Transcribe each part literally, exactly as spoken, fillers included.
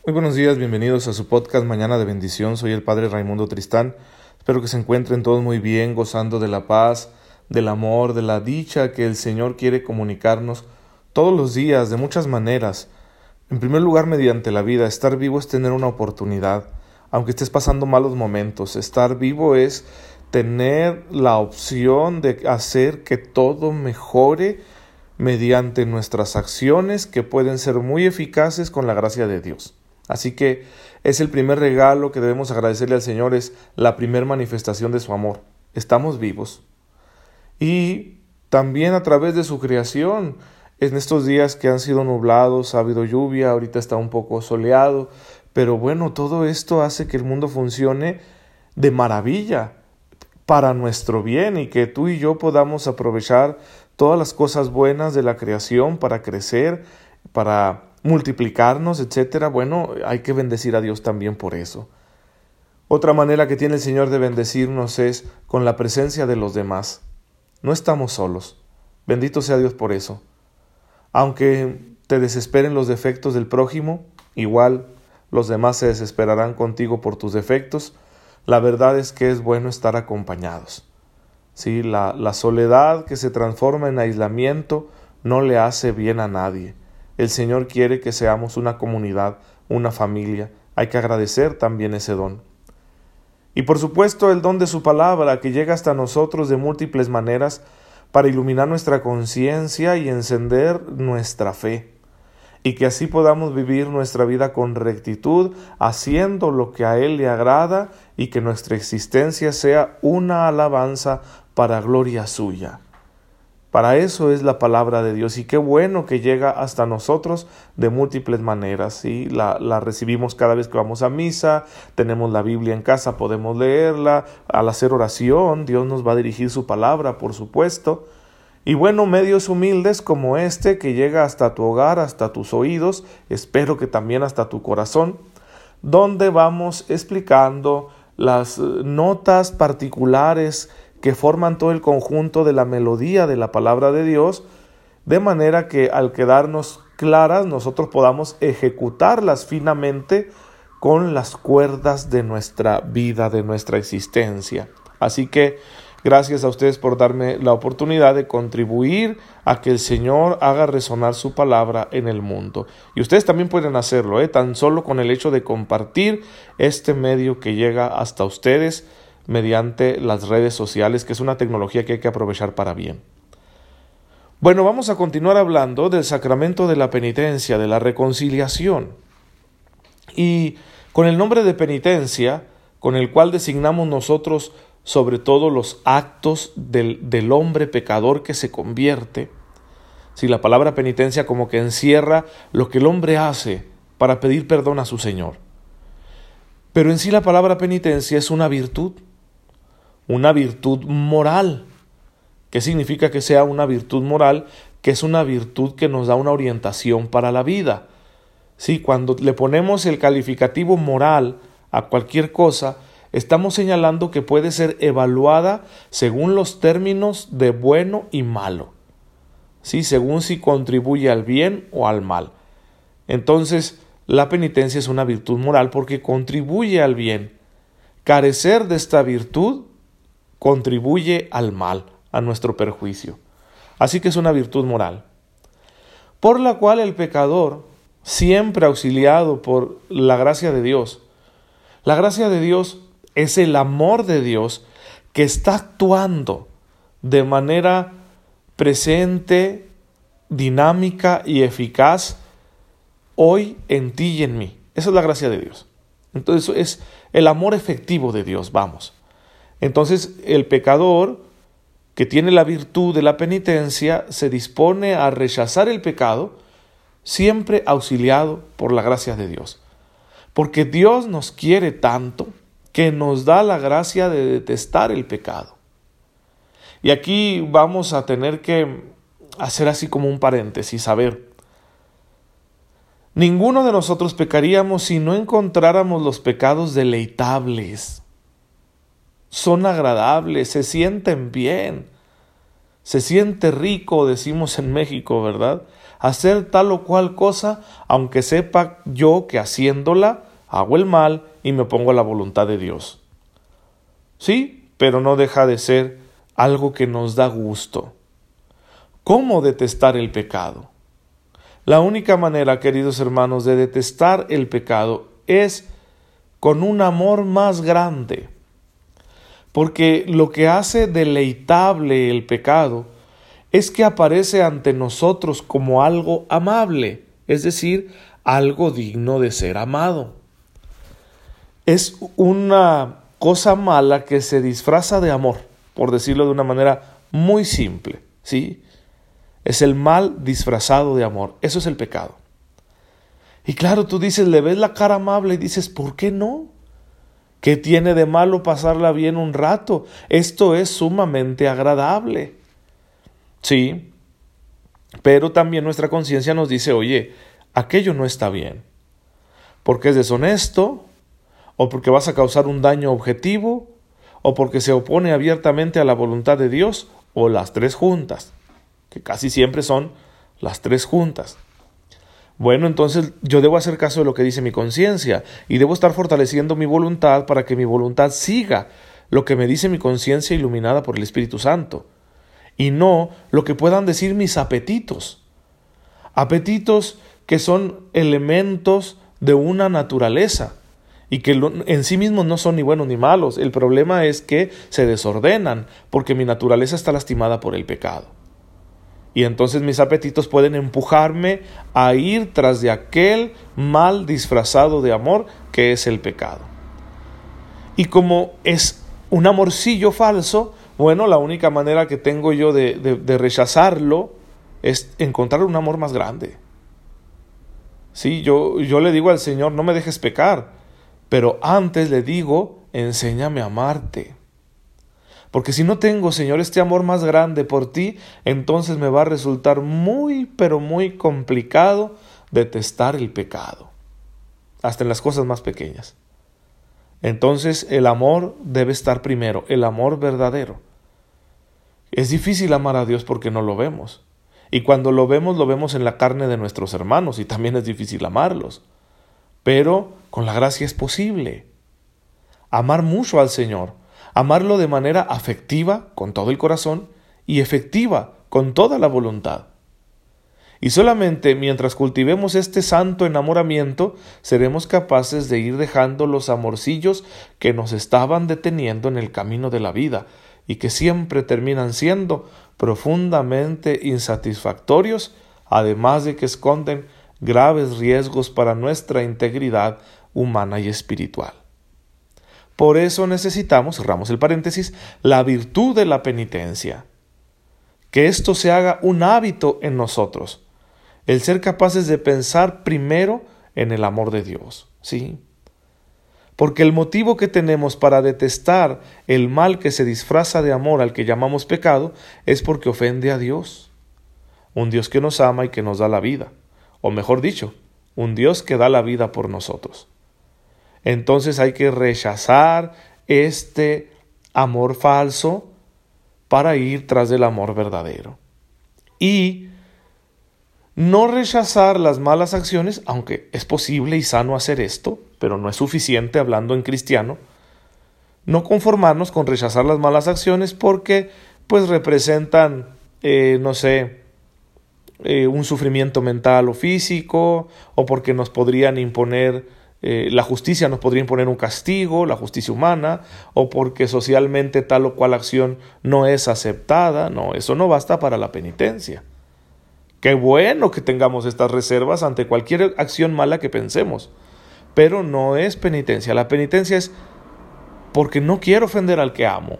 Muy buenos días, bienvenidos a su podcast Mañana de Bendición. Soy el Padre Raimundo Tristán. Espero que se encuentren todos muy bien, gozando de la paz, del amor, de la dicha que el Señor quiere comunicarnos todos los días, de muchas maneras. En primer lugar, mediante la vida. Estar vivo es tener una oportunidad, aunque estés pasando malos momentos. Estar vivo es tener la opción de hacer que todo mejore mediante nuestras acciones, que pueden ser muy eficaces con la gracia de Dios. Así que es el primer regalo que debemos agradecerle al Señor, es la primera manifestación de su amor. Estamos vivos. Y también a través de su creación, en estos días que han sido nublados, ha habido lluvia, ahorita está un poco soleado, pero bueno, todo esto hace que el mundo funcione de maravilla para nuestro bien y que tú y yo podamos aprovechar todas las cosas buenas de la creación para crecer, para multiplicarnos, etcétera. Bueno, hay que bendecir a Dios también por eso. Otra manera que tiene el Señor de bendecirnos es con la presencia de los demás. No estamos solos. Bendito sea Dios por eso. Aunque te desesperen los defectos del prójimo, igual los demás se desesperarán contigo por tus defectos. La verdad es que es bueno estar acompañados. Sí, la, la soledad que se transforma en aislamiento no le hace bien a nadie. El Señor quiere que seamos una comunidad, una familia. Hay que agradecer también ese don. Y por supuesto el don de su palabra, que llega hasta nosotros de múltiples maneras para iluminar nuestra conciencia y encender nuestra fe. Y que así podamos vivir nuestra vida con rectitud, haciendo lo que a Él le agrada, y que nuestra existencia sea una alabanza para gloria suya. Para eso es la palabra de Dios, y qué bueno que llega hasta nosotros de múltiples maneras, ¿sí? La, la recibimos cada vez que vamos a misa, tenemos la Biblia en casa, podemos leerla, al hacer oración, Dios nos va a dirigir su palabra, por supuesto. Y bueno, medios humildes como este, que llega hasta tu hogar, hasta tus oídos, espero que también hasta tu corazón, donde vamos explicando las notas particulares que forman todo el conjunto de la melodía de la palabra de Dios, de manera que al quedarnos claras nosotros podamos ejecutarlas finamente con las cuerdas de nuestra vida, de nuestra existencia. Así que gracias a ustedes por darme la oportunidad de contribuir a que el Señor haga resonar su palabra en el mundo. Y ustedes también pueden hacerlo, ¿eh? Tan solo con el hecho de compartir este medio que llega hasta ustedes mediante las redes sociales, que es una tecnología que hay que aprovechar para bien. Bueno, vamos a continuar hablando del sacramento de la penitencia, de la reconciliación. Y con el nombre de penitencia, con el cual designamos nosotros sobre todo los actos del, del hombre pecador que se convierte. Si la palabra penitencia como que encierra lo que el hombre hace para pedir perdón a su Señor. Pero en sí la palabra penitencia es una virtud, una virtud moral. ¿Qué significa que sea una virtud moral? Que es una virtud que nos da una orientación para la vida. Sí, cuando le ponemos el calificativo moral a cualquier cosa, estamos señalando que puede ser evaluada según los términos de bueno y malo, ¿sí? Según si contribuye al bien o al mal. Entonces, la penitencia es una virtud moral porque contribuye al bien. Carecer de esta virtud contribuye al mal, a nuestro perjuicio. Así que es una virtud moral, por la cual el pecador, siempre auxiliado por la gracia de Dios, la gracia de Dios es el amor de Dios que está actuando de manera presente, dinámica y eficaz hoy en ti y en mí. Esa es la gracia de Dios. Entonces es el amor efectivo de Dios, vamos. Entonces el pecador que tiene la virtud de la penitencia se dispone a rechazar el pecado, siempre auxiliado por la gracia de Dios. Porque Dios nos quiere tanto que nos da la gracia de detestar el pecado. Y aquí vamos a tener que hacer así como un paréntesis, a ver. Ninguno de nosotros pecaríamos si no encontráramos los pecados deleitables. Son agradables, se sienten bien, se siente rico, decimos en México, ¿verdad? hacer tal o cual cosa, aunque sepa yo que haciéndola hago el mal y me pongo a la voluntad de Dios. Sí, pero no deja de ser algo que nos da gusto. ¿Cómo detestar el pecado? La única manera, queridos hermanos, de detestar el pecado es con un amor más grande. Porque lo que hace deleitable el pecado es que aparece ante nosotros como algo amable, es decir, algo digno de ser amado. Es una cosa mala que se disfraza de amor, por decirlo de una manera muy simple, ¿sí? Es el mal disfrazado de amor, eso es el pecado. Y claro, tú dices, le ves la cara amable y dices, ¿por qué no? ¿Qué tiene de malo pasarla bien un rato? Esto es sumamente agradable. Sí, pero también nuestra conciencia nos dice, oye, aquello no está bien, porque es deshonesto, o porque vas a causar un daño objetivo, o porque se opone abiertamente a la voluntad de Dios, o las tres juntas, que casi siempre son las tres juntas. Bueno, entonces yo debo hacer caso de lo que dice mi conciencia, y debo estar fortaleciendo mi voluntad para que mi voluntad siga lo que me dice mi conciencia iluminada por el Espíritu Santo, y no lo que puedan decir mis apetitos. Apetitos que son elementos de una naturaleza y que en sí mismos no son ni buenos ni malos. El problema es que se desordenan porque mi naturaleza está lastimada por el pecado. Y entonces mis apetitos pueden empujarme a ir tras de aquel mal disfrazado de amor que es el pecado. Y como es un amorcillo falso, bueno, la única manera que tengo yo de, de, de rechazarlo es encontrar un amor más grande. Sí, yo, yo le digo al Señor, no me dejes pecar, pero antes le digo, enséñame a amarte. Porque si no tengo, Señor, este amor más grande por ti, entonces me va a resultar muy, pero muy complicado detestar el pecado, hasta en las cosas más pequeñas. Entonces el amor debe estar primero, el amor verdadero. Es difícil amar a Dios porque no lo vemos. Y cuando lo vemos, lo vemos en la carne de nuestros hermanos y también es difícil amarlos. Pero con la gracia es posible. Amar mucho al Señor, amarlo de manera afectiva, con todo el corazón, y efectiva, con toda la voluntad. Y solamente mientras cultivemos este santo enamoramiento, seremos capaces de ir dejando los amorcillos que nos estaban deteniendo en el camino de la vida, y que siempre terminan siendo profundamente insatisfactorios, además de que esconden graves riesgos para nuestra integridad humana y espiritual. Por eso necesitamos, cerramos el paréntesis, la virtud de la penitencia. Que esto se haga un hábito en nosotros, el ser capaces de pensar primero en el amor de Dios, ¿sí? Porque el motivo que tenemos para detestar el mal que se disfraza de amor al que llamamos pecado es porque ofende a Dios, un Dios que nos ama y que nos da la vida, o mejor dicho, un Dios que da la vida por nosotros. Entonces hay que rechazar este amor falso para ir tras del amor verdadero. Y no rechazar las malas acciones, aunque es posible y sano hacer esto, pero no es suficiente hablando en cristiano. No conformarnos con rechazar las malas acciones porque pues representan, eh, no sé, eh, un sufrimiento mental o físico, o porque nos podrían imponer, eh, la justicia nos podría imponer un castigo, la justicia humana, o porque socialmente tal o cual acción no es aceptada. No, eso no basta para la penitencia. Qué bueno que tengamos estas reservas ante cualquier acción mala que pensemos, pero no es penitencia. La penitencia es porque no quiero ofender al que amo.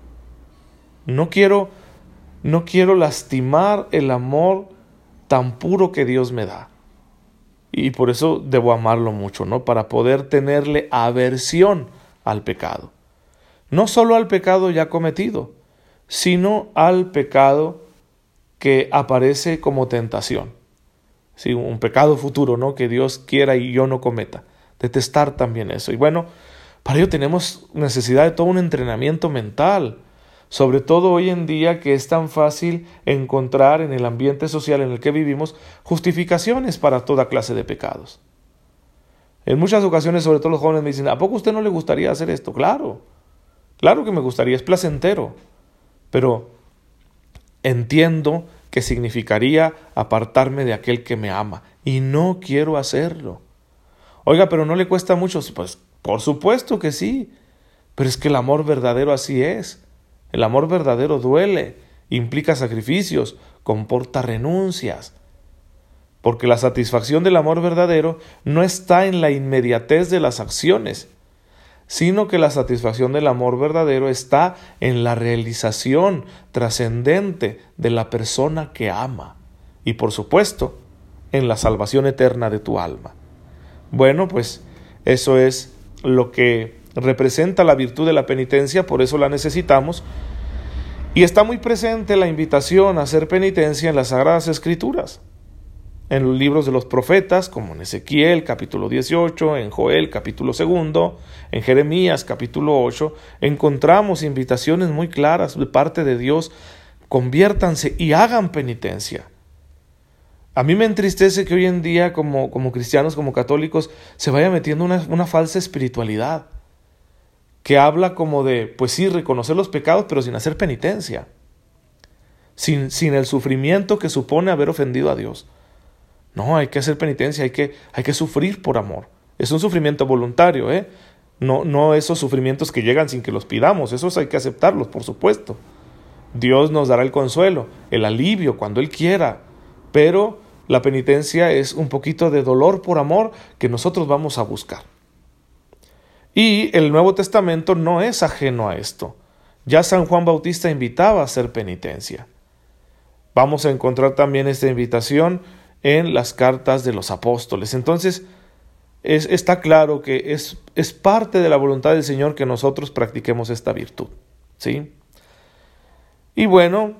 No quiero, no quiero lastimar el amor tan puro que Dios me da. Y por eso debo amarlo mucho, ¿no? Para poder tenerle aversión al pecado. No solo al pecado ya cometido, sino al pecado que aparece como tentación. Sí, un pecado futuro, ¿no? Que Dios quiera y yo no cometa. Detestar también eso. Y bueno, para ello tenemos necesidad de todo un entrenamiento mental, sobre todo hoy en día que es tan fácil encontrar en el ambiente social en el que vivimos justificaciones para toda clase de pecados. En muchas ocasiones, sobre todo los jóvenes me dicen, ¿a poco a usted no le gustaría hacer esto? Claro, claro que me gustaría, es placentero, pero entiendo que significaría apartarme de aquel que me ama y no quiero hacerlo. Oiga, pero no le cuesta mucho. Pues por supuesto que sí, pero es que el amor verdadero así es. El amor verdadero duele, implica sacrificios, comporta renuncias. Porque la satisfacción del amor verdadero no está en la inmediatez de las acciones, sino que la satisfacción del amor verdadero está en la realización trascendente de la persona que ama y, por supuesto, en la salvación eterna de tu alma. Bueno, pues eso es lo que representa la virtud de la penitencia, por eso la necesitamos, y está muy presente la invitación a hacer penitencia en las Sagradas Escrituras. En los libros de los profetas, como en Ezequiel capítulo dieciocho, en Joel capítulo segundo, en Jeremías capítulo ocho, encontramos invitaciones muy claras de parte de Dios: conviértanse y hagan penitencia. A mí me entristece que hoy en día, como, como cristianos, como católicos, se vaya metiendo una, una falsa espiritualidad, que habla como de, pues sí, reconocer los pecados, pero sin hacer penitencia, sin, sin el sufrimiento que supone haber ofendido a Dios. No, hay que hacer penitencia, hay que, hay que sufrir por amor. Es un sufrimiento voluntario, ¿eh? No, no esos sufrimientos que llegan sin que los pidamos, esos hay que aceptarlos, por supuesto. Dios nos dará el consuelo, el alivio cuando Él quiera, pero la penitencia es un poquito de dolor por amor que nosotros vamos a buscar. Y el Nuevo Testamento no es ajeno a esto. Ya San Juan Bautista invitaba a hacer penitencia. Vamos a encontrar también esta invitación en las cartas de los apóstoles. Entonces, es, está claro que es, es parte de la voluntad del Señor que nosotros practiquemos esta virtud, ¿sí? Y bueno,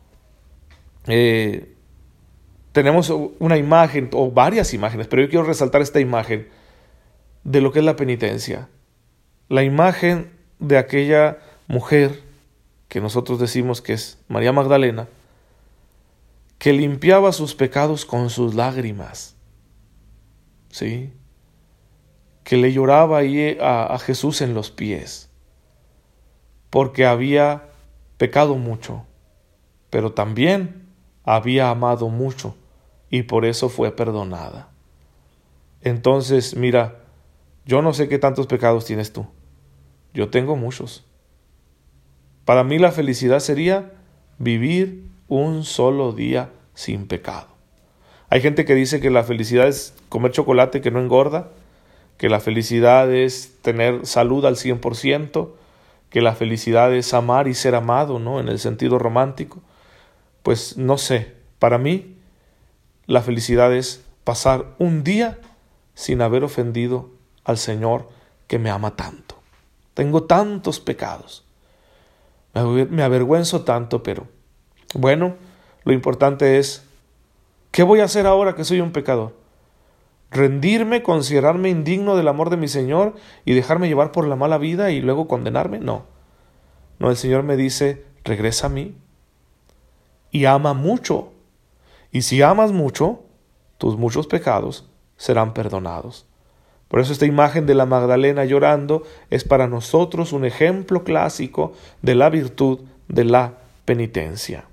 eh, tenemos una imagen, o varias imágenes, pero yo quiero resaltar esta imagen de lo que es la penitencia. La imagen de aquella mujer que nosotros decimos que es María Magdalena, que limpiaba sus pecados con sus lágrimas, ¿sí? Que le lloraba ahí a, a Jesús en los pies, porque había pecado mucho, pero también había amado mucho, y por eso fue perdonada. Entonces, mira, yo no sé qué tantos pecados tienes tú, yo tengo muchos. Para mí la felicidad sería vivir un solo día sin pecado. Hay gente que dice que la felicidad es comer chocolate que no engorda, que la felicidad es tener salud al cien por ciento, que la felicidad es amar y ser amado, ¿no? En el sentido romántico. Pues no sé, para mí la felicidad es pasar un día sin haber ofendido al Señor que me ama tanto. Tengo tantos pecados, me avergüenzo tanto, pero bueno, lo importante es, ¿qué voy a hacer ahora que soy un pecador? ¿Rendirme, considerarme indigno del amor de mi Señor y dejarme llevar por la mala vida y luego condenarme? No. No, el Señor me dice, regresa a mí y ama mucho. Y si amas mucho, tus muchos pecados serán perdonados. Por eso esta imagen de la Magdalena llorando es para nosotros un ejemplo clásico de la virtud de la penitencia.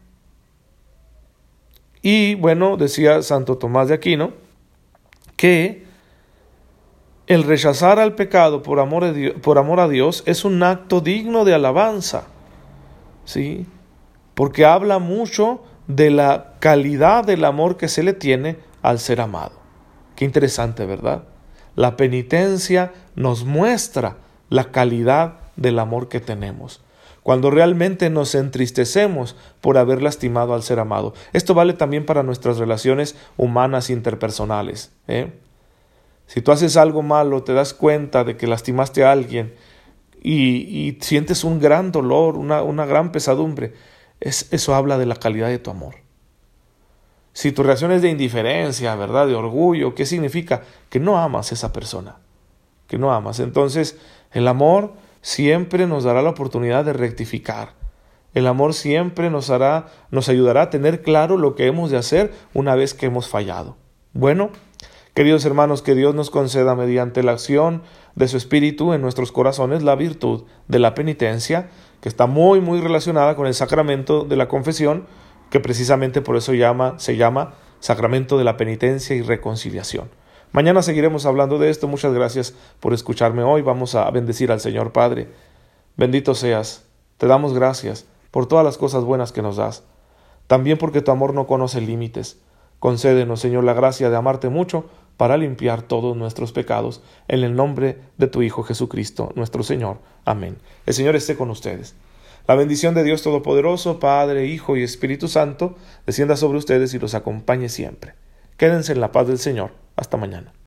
Y bueno, decía Santo Tomás de Aquino que el rechazar al pecado por amor a Dios, por amor a Dios es un acto digno de alabanza, ¿sí? Porque habla mucho de la calidad del amor que se le tiene al ser amado. Qué interesante, ¿verdad? La penitencia nos muestra la calidad del amor que tenemos, cuando realmente nos entristecemos por haber lastimado al ser amado. Esto vale también para nuestras relaciones humanas interpersonales, ¿eh? Si tú haces algo malo, te das cuenta de que lastimaste a alguien y, y sientes un gran dolor, una, una gran pesadumbre, es, eso habla de la calidad de tu amor. Si tu reacción es de indiferencia, ¿verdad?, de orgullo, ¿qué significa? Que no amas a esa persona, que no amas. Entonces, el amor siempre nos dará la oportunidad de rectificar, El amor siempre nos hará, nos ayudará a tener claro lo que hemos de hacer una vez que hemos fallado. Bueno, queridos hermanos, que Dios nos conceda mediante la acción de su Espíritu en nuestros corazones la virtud de la penitencia, que está muy muy relacionada con el sacramento de la confesión, que precisamente por eso llama, se llama sacramento de la penitencia y reconciliación. Mañana seguiremos hablando de esto. Muchas gracias por escucharme hoy. Vamos a bendecir al Señor. Padre, bendito seas. Te damos gracias por todas las cosas buenas que nos das. También porque tu amor no conoce límites. Concédenos, Señor, la gracia de amarte mucho para limpiar todos nuestros pecados. En el nombre de tu Hijo Jesucristo, nuestro Señor. Amén. El Señor esté con ustedes. La bendición de Dios Todopoderoso, Padre, Hijo y Espíritu Santo, descienda sobre ustedes y los acompañe siempre. Quédense en la paz del Señor. Hasta mañana.